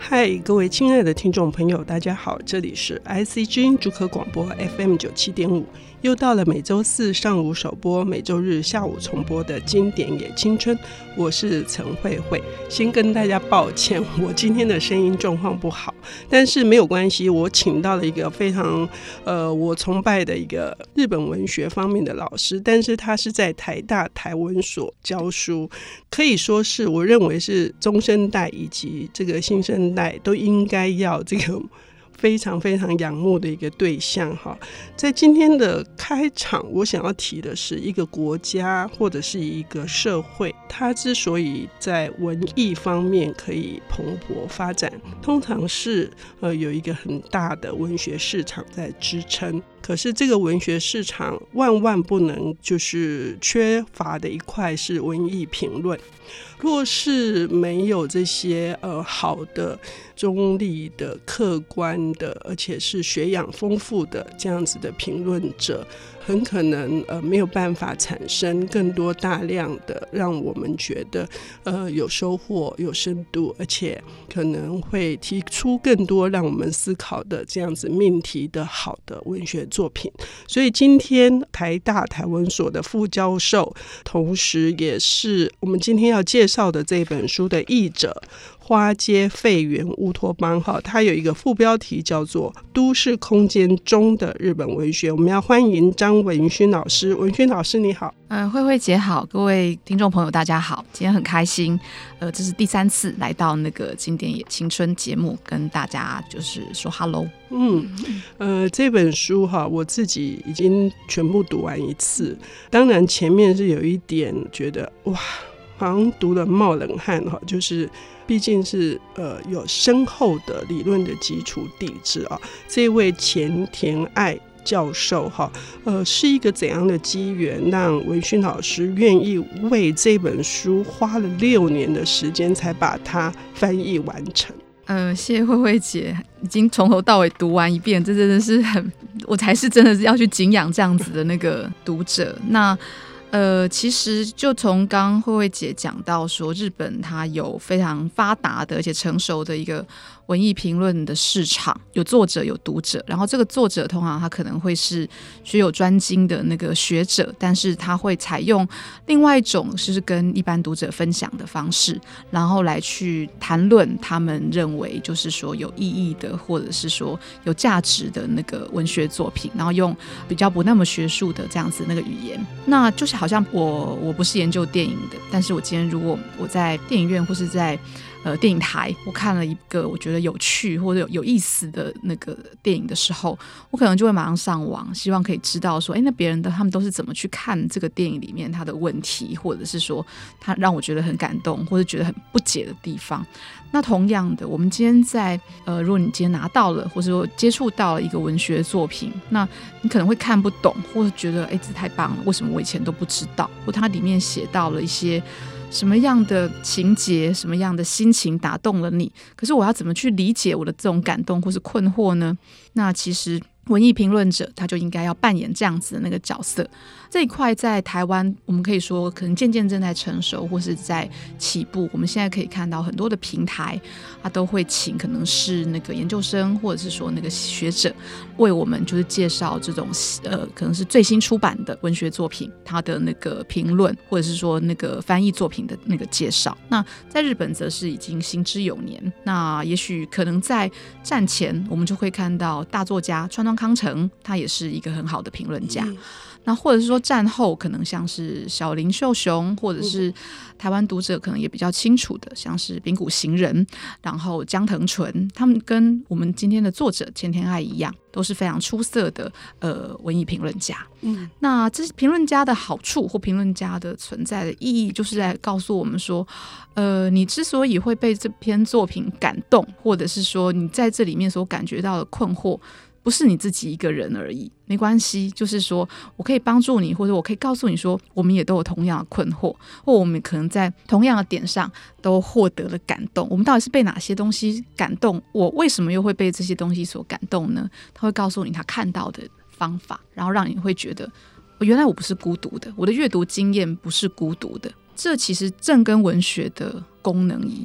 嗨，各位亲爱的听众朋友，大家好，这里是 IC 之音竹科广播 FM 97.5，又到了每周四上午首播，每周日下午重播的经典也青春，我是陈慧慧。先跟大家抱歉，我今天的声音状况不好，但是没有关系，我请到了一个非常我崇拜的一个日本文学方面的老师，但是他是在台大台文所教书，可以说是我认为是中生代以及这个新生代都应该要这个非常非常仰慕的一个对象哈。在今天的开场，我想要提的是一个国家或者是一个社会，它之所以在文艺方面可以蓬勃发展，通常是有一个很大的文学市场在支撑。可是这个文学市场万万不能就是缺乏的一块是文艺评论。若是没有这些好的、中立的、客观的，而且是学养丰富的这样子的评论者，很可能没有办法产生更多大量的让我们觉得有收获、有深度，而且可能会提出更多让我们思考的这样子命题的好的文学作品。所以今天台大台文所的副教授，同时也是我们今天要介绍的这本书的译者花街废园乌托邦，它有一个副标题叫做都市空间中的日本文学。我们要欢迎张文勋老师。文勋老师你好。 慧慧姐好，各位听众朋友大家好，今天很开心这是第3次来到那个经典也青春节目，跟大家就是说 hello。 这本书我自己已经全部读完一次，当然前面是有一点觉得哇，好像读了冒冷汗，就是毕竟是有深厚的理论的基础底子啊。这位前田爱教授是一个怎样的机缘让文勋老师愿意为这本书花了6年的时间才把它翻译完成？ 谢谢慧慧姐，已经从头到尾读完一遍，这真的是我才是真的是要去敬仰这样子的那个读者。那其实就从刚慧慧姐讲到说，日本它有非常发达的而且成熟的一个文艺评论的市场，有作者有读者，然后这个作者通常他可能会是学有专精的那个学者，但是他会采用另外一种是跟一般读者分享的方式，然后来去谈论他们认为就是说有意义的或者是说有价值的那个文学作品，然后用比较不那么学术的这样子那个语言。那就是好像我不是研究电影的，但是我今天如果我在电影院或是在电影台，我看了一个我觉得有趣或者有意思的那个电影的时候，我可能就会马上上网，希望可以知道说，那别人他们都是怎么去看这个电影里面他的问题，或者是说他让我觉得很感动，或者觉得很不解的地方。那同样的，我们今天在如果你今天拿到了，或者说接触到了一个文学作品，那你可能会看不懂，或者觉得这太棒了，为什么我以前都不知道？或它里面写到了一些什么样的情节，什么样的心情打动了你，可是我要怎么去理解我的这种感动或是困惑呢？那其实文艺评论者他就应该要扮演这样子的那个角色。这一块在台湾我们可以说可能渐渐正在成熟或是在起步。我们现在可以看到很多的平台他都会请可能是那个研究生或者是说那个学者为我们就是介绍这种可能是最新出版的文学作品他的那个评论，或者是说那个翻译作品的那个介绍。那在日本则是已经行之有年，那也许可能在战前我们就会看到大作家川端康成，他也是一个很好的评论家。那或者是说战后可能像是小林秀雄，或者是台湾读者可能也比较清楚的像是柄谷行人，然后江藤纯，他们跟我们今天的作者前田爱一样，都是非常出色的文艺评论家。那这评论家的好处或评论家的存在的意义，就是在告诉我们说你之所以会被这篇作品感动，或者是说你在这里面所感觉到的困惑，不是你自己一个人而已，没关系，就是说我可以帮助你，或者我可以告诉你说我们也都有同样的困惑，或我们可能在同样的点上都获得了感动。我们到底是被哪些东西感动，我为什么又会被这些东西所感动呢？他会告诉你他看到的方法，然后让你会觉得原来我不是孤独的，我的阅读经验不是孤独的。这其实正跟文学的功能一样，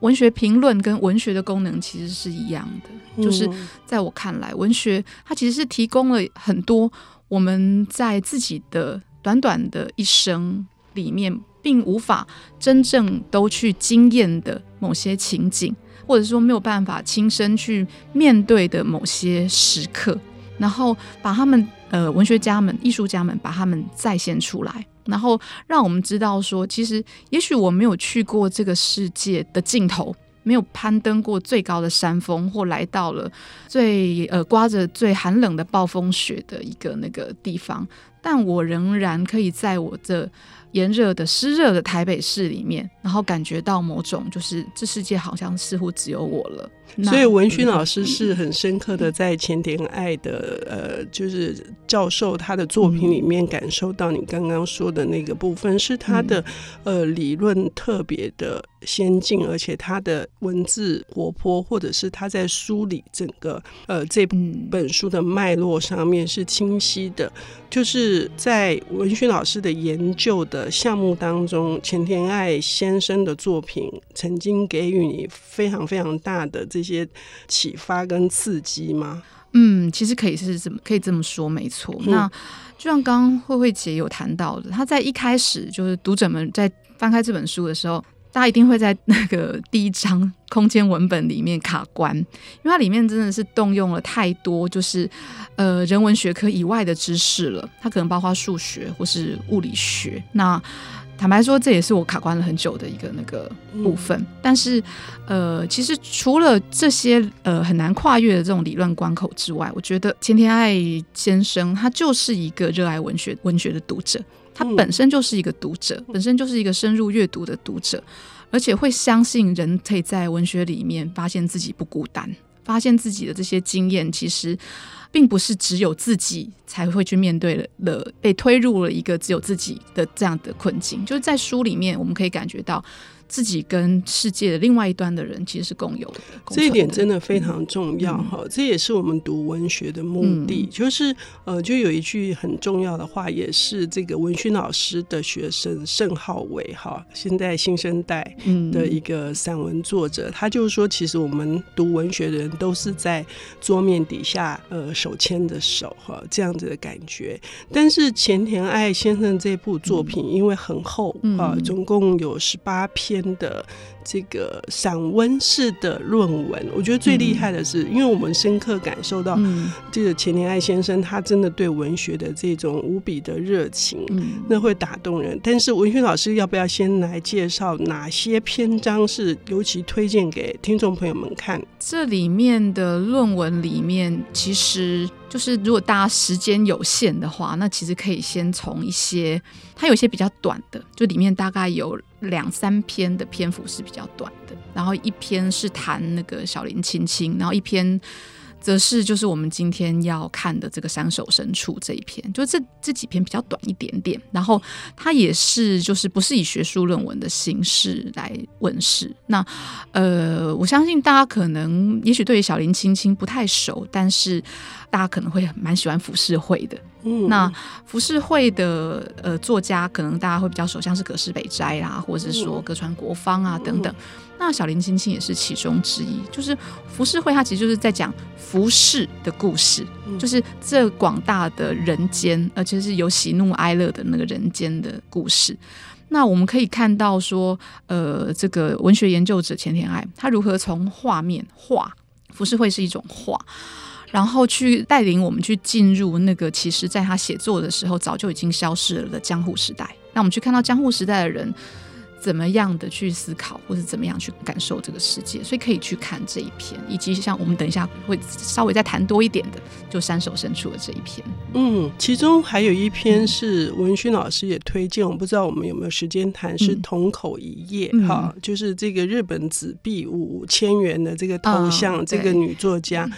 文学评论跟文学的功能其实是一样的，就是在我看来，文学它其实是提供了很多我们在自己的短短的一生里面并无法真正都去经验的某些情景，或者说没有办法亲身去面对的某些时刻，然后把他们文学家们、艺术家们把他们再现出来，然后让我们知道说，其实也许我没有去过这个世界的尽头，没有攀登过最高的山峰，或来到了刮着最寒冷的暴风雪的一个那个地方，但我仍然可以在我这炎热的湿热的台北市里面，然后感觉到某种就是这世界好像似乎只有我了。 所以文勋老师是很深刻的在前田爱的就是教授他的作品里面感受到你刚刚说的那个部分，是他的理论特别的先进，而且他的文字活泼，或者是他在梳理整个这本书的脉络上面是清晰的。就是在文勋老师的研究的项目当中，前田爱先生的作品曾经给予你非常非常大的这些启发跟刺激吗？ 其实可以这么说，没错。那就像刚刚慧慧姐有谈到的，他在一开始就是读者们在翻开这本书的时候，大家一定会在那个第一章空间文本里面卡关，因为它里面真的是动用了太多就是人文学科以外的知识了，它可能包括数学或是物理学。那坦白说，这也是我卡关了很久的一个那个部分。但是其实除了这些很难跨越的这种理论关口之外，我觉得前田爱先生他就是一个热爱文学的读者，他本身就是一个读者，本身就是一个深入阅读的读者，而且会相信人可以在文学里面发现自己不孤单，发现自己的这些经验其实并不是只有自己才会去面对了被推入了一个只有自己的这样的困境。就是在书里面我们可以感觉到自己跟世界的另外一端的人其实是共有的， 这一点真的非常重要。这也是我们读文学的目的。就是就有一句很重要的话，也是这个文勋老师的学生盛浩伟现在新生代的一个散文作者，他就是说其实我们读文学的人都是在桌面底下手牵着手这样子的感觉。但是前田爱先生这部作品因为很厚总共有18篇的这个散文式的论文，我觉得最厉害的是因为我们深刻感受到这个前田爱先生他真的对文学的这种无比的热情，那会打动人。但是文勋老师要不要先来介绍哪些篇章是尤其推荐给听众朋友们看？ 这里面的论文里面其实就是如果大家时间有限的话，那其实可以先从它有一些比较短的，就里面大概有2-3篇的篇幅是比较短的，然后一篇是谈那个小林青青，然后一篇则是就是我们今天要看的这个山手深处这一篇，就这几篇比较短一点点，然后它也是就是不是以学术论文的形式来问世。那我相信大家可能也许对于小林青青不太熟，但是大家可能会蛮喜欢浮世绘的。那浮世绘的作家可能大家会比较熟，像是葛饰北斋啦，或者是说歌川国芳啊等等。那小林青青也是其中之一。就是浮世绘它其实就是在讲浮世的故事，就是这广大的人间，而且是有喜怒哀乐的那个人间的故事。那我们可以看到说这个文学研究者前田爱他如何从画面浮世绘是一种画，然后去带领我们去进入那个其实在他写作的时候早就已经消失了的江户时代。那我们去看到江户时代的人怎么样的去思考，或是怎么样去感受这个世界，所以可以去看这一篇，以及像我们等一下会稍微再谈多一点的就山手深处的这一篇。 其中还有一篇是文勋老师也推荐，我不知道我们有没有时间谈，是樋口一叶就是这个日本纸币5000元的这个头像，这个女作家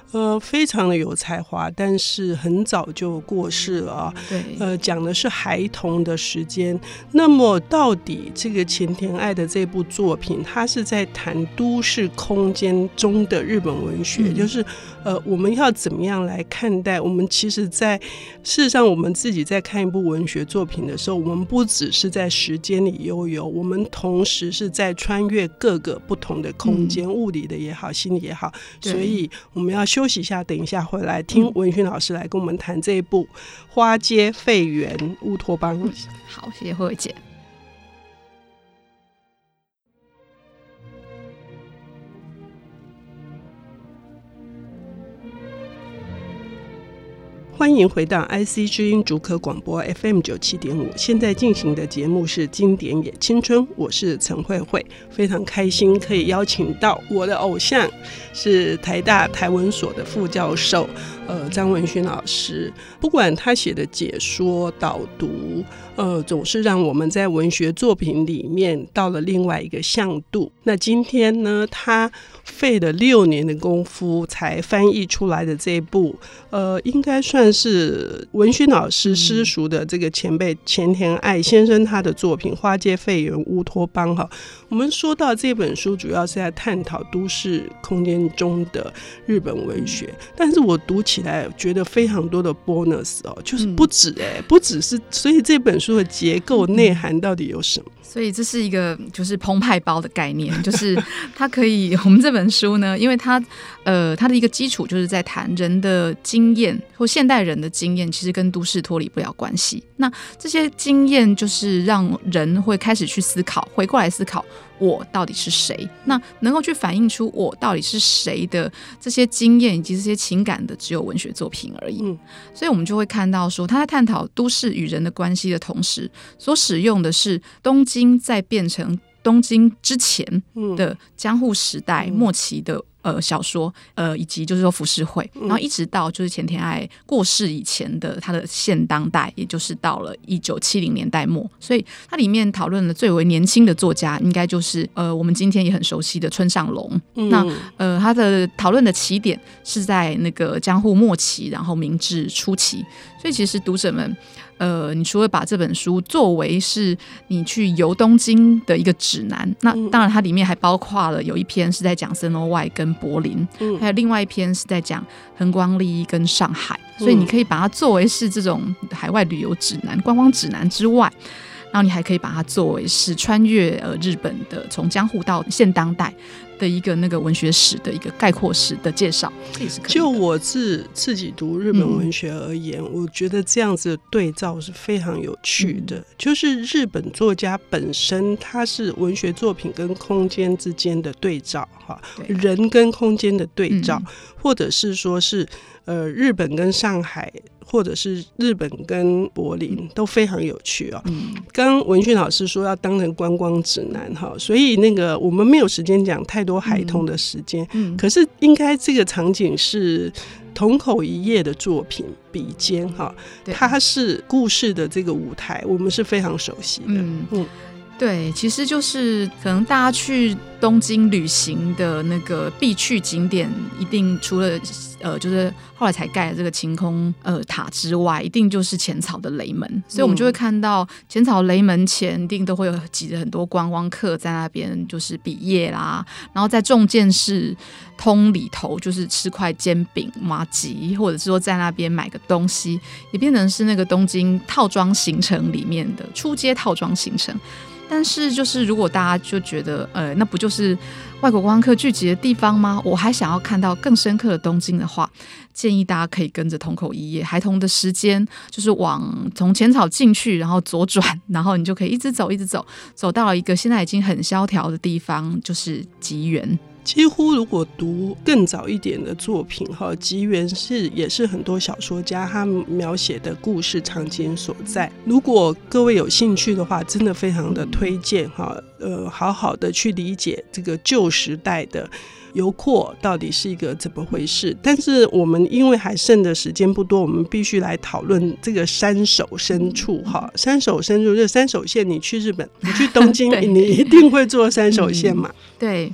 非常的有才华，但是很早就过世了啊。 对， 讲的是孩童的时间。那么到底这个前田爱的这部作品，它是在谈都市空间中的日本文学，就是我们要怎么样来看待？我们其实事实上我们自己在看一部文学作品的时候，我们不只是在时间里悠游，我们同时是在穿越各个不同的空间，物理的也好，心理也好。所以我们要休息一下，等一下回来听文勋老师来跟我们谈这一部《花街废园乌托邦》。 好，谢谢慧慧姐。 欢迎回到 IC 之音竹科广播 FM97.5， 现在进行的节目是经典也青春，我是陈慧慧，非常开心可以邀请到我的偶像，是台大台文所的副教授张文勋老师。不管他写的解说导读总是让我们在文学作品里面到了另外一个向度。那今天呢，他费了6年的功夫才翻译出来的这一部应该算是文勋老师私塾的这个前辈前田爱先生他的作品《花街废园乌托邦》。我们说到这本书主要是在探讨都市空间中的日本文学，但是我读起来觉得非常多的 bonus 就是不只是，所以这本书的结构内涵到底有什么？ 所以这是一个就是澎湃包的概念，就是它可以我们这本书呢，因为它的一个基础就是在谈人的经验或现代人的经验其实跟都市脱离不了关系。那这些经验就是让人会开始去思考，回过来思考我到底是谁，那能够去反映出我到底是谁的这些经验以及这些情感的只有文学作品而已。所以我们就会看到说他在探讨都市与人的关系的同时，所使用的是东京在变成东京之前的江户时代末期的小说，以及就是说浮世绘，然后一直到就是前田爱过世以前的他的现当代，也就是到了1970年代末。所以它里面讨论了最为年轻的作家，应该就是我们今天也很熟悉的村上隆。那他的讨论的起点是在那个江户末期，然后明治初期。所以其实读者们你除了把这本书作为是你去游东京的一个指南，那当然它里面还包括了有一篇是在讲森诺外跟柏林，还有另外一篇是在讲横光利跟上海。所以你可以把它作为是这种海外旅游指南、观光指南之外，然后你还可以把它作为是穿越日本的从江户到现当代的一个那个文学史的一个概括式的介绍，这也是可以的。 就我自己读日本文学而言，我觉得这样子的对照是非常有趣的。就是日本作家本身他是文学作品跟空间之间的对照，人跟空间的对照，或者是说是日本跟上海，或者是日本跟柏林，都非常有趣哦。刚文勋老师说要当成观光指南，所以那个我们没有时间讲太多孩童的时间，可是应该这个场景是樋口一叶的作品笔尖，它是故事的这个舞台，我们是非常熟悉的。 对，其实就是可能大家去东京旅行的那个必去景点，一定除了就是后来才盖的这个晴空塔之外，一定就是浅草的雷门。所以我们就会看到浅草雷门前一定都会有挤着很多观光客在那边就是比耶啦，然后在重建市通里头就是吃块煎饼麻吉，或者是说在那边买个东西，也变成是那个东京套装行程里面的出街套装行程。但是就是如果大家就觉得那不就是外国观光客聚集的地方吗？我还想要看到更深刻的东京的话，建议大家可以跟着樋口一叶孩童的时间，就是从浅草进去，然后左转，然后你就可以一直走一直走，走到了一个现在已经很萧条的地方，就是吉原。 几乎如果读更早一点的作品，吉原也是很多小说家他描写的故事场景所在。如果各位有兴趣的话，真的非常的推荐好好的去理解这个旧时代的游廓到底是一个怎么回事。但是我们因为还剩的时间不多，我们必须来讨论这个山手深处。山手深处，这山手线，你去日本，你去东京你一定会坐山手线嘛？ 对，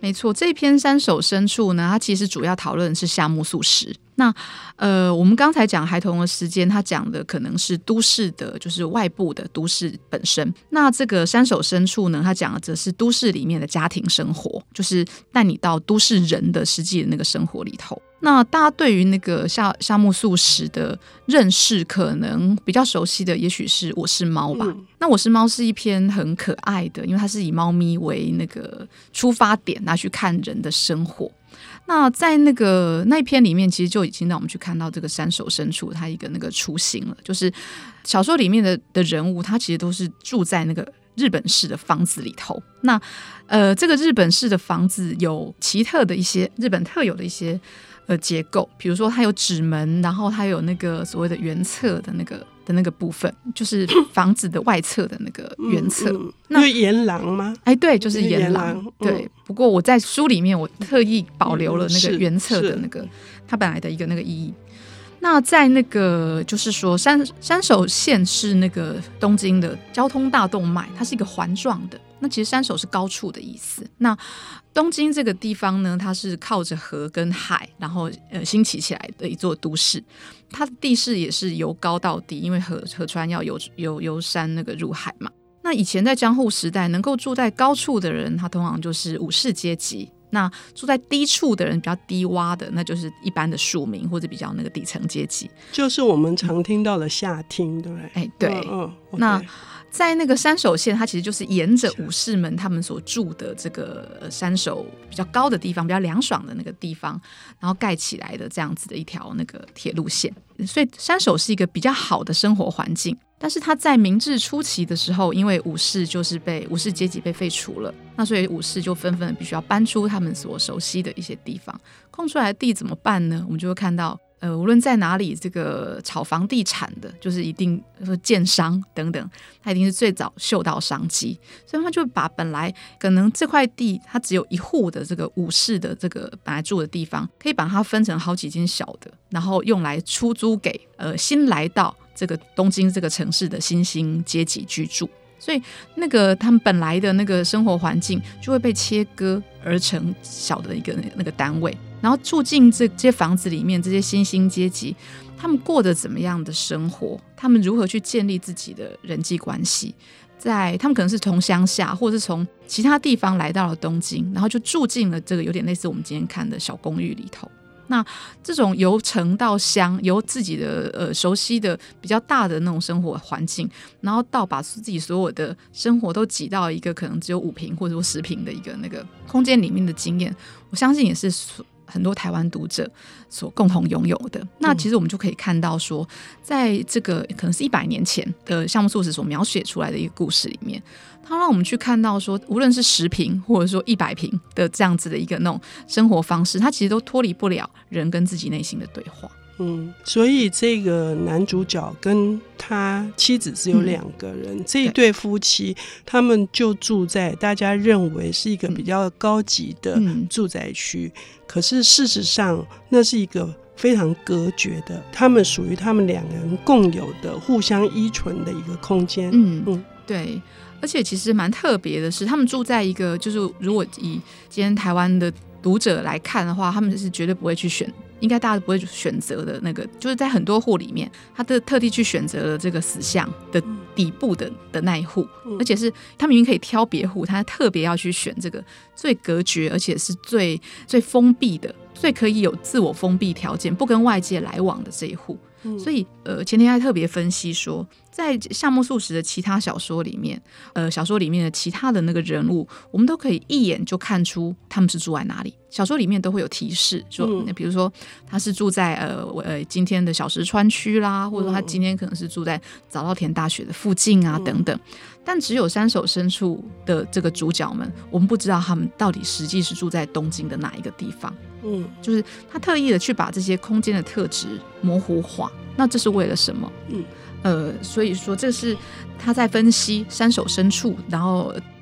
没错，这篇山手深处呢，它其实主要讨论的是夏目漱石。那我们刚才讲孩童的时间，它讲的可能是都市的，就是外部的都市本身。那这个山手深处呢，它讲的则是都市里面的家庭生活，就是带你到都市人的实际的那个生活里头。那大家对于那个夏目漱石的认识，可能比较熟悉的，也许是《我是猫》吧。那《我是猫》是一篇很可爱的，因为它是以猫咪为那个出发点，拿去看人的生活。那在那一篇里面，其实就已经让我们去看到这个山手深处它一个那个雏形了，就是小说里面的人物，他其实都是住在那个日本式的房子里头。那这个日本式的房子有奇特的一些日本特有的一些结构，比如说它有纸门，然后它有那个所谓的原侧的那个部分，就是房子的外侧的那个原侧。 那沿廊吗？ 哎，对，就是沿廊。对，不过我在书里面我特意保留了那个原侧的那个它本来的一个那个意义。那在那个就是说山手线是那个东京的交通大动脉，它是一个环状的。那其实山手是高处的意思。那东京这个地方呢，它是靠着河跟海，然后兴起起来的一座都市。它的地势也是由高到低，因为河川要由山那个入海嘛。那以前在江户时代，能够住在高处的人，他通常就是武士阶级。那住在低处的人，比较低洼的，那就是一般的庶民或者比较那个底层阶级，就是我们常听到的下町，对不对？ 哎，对。那在那个山手线，它其实就是沿着武士们他们所住的这个山手比较高的地方，比较凉爽的那个地方，然后盖起来的这样子的一条那个铁路线。所以山手是一个比较好的生活环境。但是他在明治初期的时候，因为武士阶级被废除了，那所以武士就纷纷必须要搬出他们所熟悉的一些地方。空出来的地怎么办呢？我们就会看到无论在哪里，这个炒房地产的，就是一定建商等等，他一定是最早嗅到商机，所以他就把本来可能这块地它只有一户的这个武士的这个本来住的地方，可以把它分成好几间小的，然后用来出租给新来到这个东京这个城市的新兴阶级居住。所以那个他们本来的那个生活环境就会被切割而成小的一个那个单位，然后住进这些房子里面，这些新兴阶级他们过着怎么样的生活，他们如何去建立自己的人际关系，他们可能是从乡下或者是从其他地方来到了东京，然后就住进了这个有点类似我们今天看的小公寓里头。那这种由城到乡，由自己的熟悉的比较大的那种生活环境，然后到把自己所有的生活都挤到一个可能只有5坪或者说10坪的一个那个空间里面的经验，我相信也是很多台湾读者所共同拥有的。那其实我们就可以看到说，在这个可能是100年前的夏目漱石所描写出来的一个故事里面，它让我们去看到说，无论是10坪或者说100坪的这样子的一个那种生活方式，它其实都脱离不了人跟自己内心的对话。 所以这个男主角跟他妻子只有2个人，这一对夫妻他们就住在大家认为是一个比较高级的住宅区，可是事实上那是一个非常隔绝的，他们属于他们2人共有的互相依存的一个空间。 对，而且其实蛮特别的是，他们住在一个就是如果以今天台湾的读者来看的话，他们是绝对不会去应该大家都不会选择的那个，就是在很多户里面，他特地去选择了这个死巷的底部的那一户，而且是他明明可以挑别户，他特别要去选这个最隔绝，而且是最封闭的，最可以有自我封闭条件，不跟外界来往的这一户。所以前天还特别分析说，在夏目漱石的其他小说里面，小说里面的其他的那个人物，我们都可以一眼就看出他们是住在哪里。小说里面都会有提示，说比如说他是住在今天的小石川区啦，或者说他今天可能是住在早稻田大学的附近啊等等。但只有山手深处的这个主角们，我们不知道他们到底实际是住在东京的哪一个地方。就是他特意的去把这些空间的特质模糊化，那这是为了什么？所以说这是他在分析山手深处，然后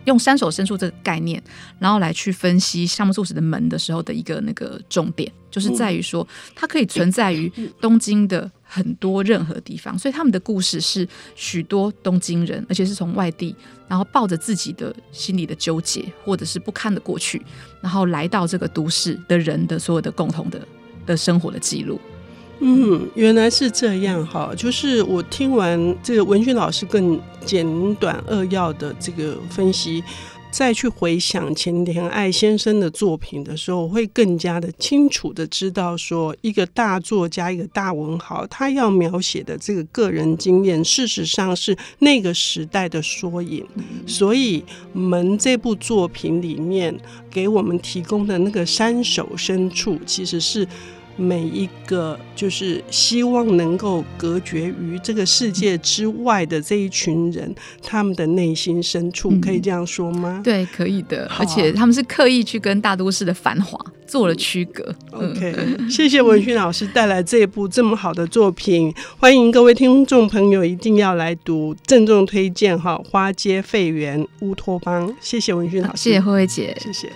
用山手申诉这个概念，然后来去分析夏目漱石的门的时候的一个那个重点，就是在于说它可以存在于东京的很多任何地方，所以他们的故事是许多东京人，而且是从外地，然后抱着自己的心理的纠结或者是不堪的过去，然后来到这个都市的人的所有的共同的生活的记录。 原来是这样哈，就是我听完这个文勋老师更简短扼要的这个分析，再去回想前田爱先生的作品的时候，我会更加的清楚的知道说，一个大作家，一个大文豪，他要描写的这个个人经验，事实上是那个时代的缩影。所以《门》这部作品里面给我们提供的那个山手深处，其实是每一个就是希望能够隔绝于这个世界之外的这一群人，他们的内心深处，可以这样说吗？ 对，可以的。而且他们是刻意去跟大都市的繁华做了区隔。 OK， 谢谢文勋老师带来这部这么好的作品，欢迎各位听众朋友一定要来读，郑重推荐花街废园乌托邦。谢谢文勋老师， 谢谢慧慧姐， 谢谢。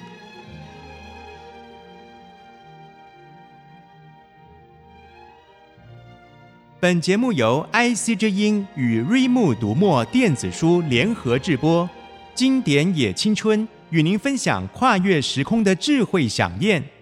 本节目由 IC 之音与瑞木读墨电子书联合制播，经典也青春与您分享跨越时空的智慧饗宴。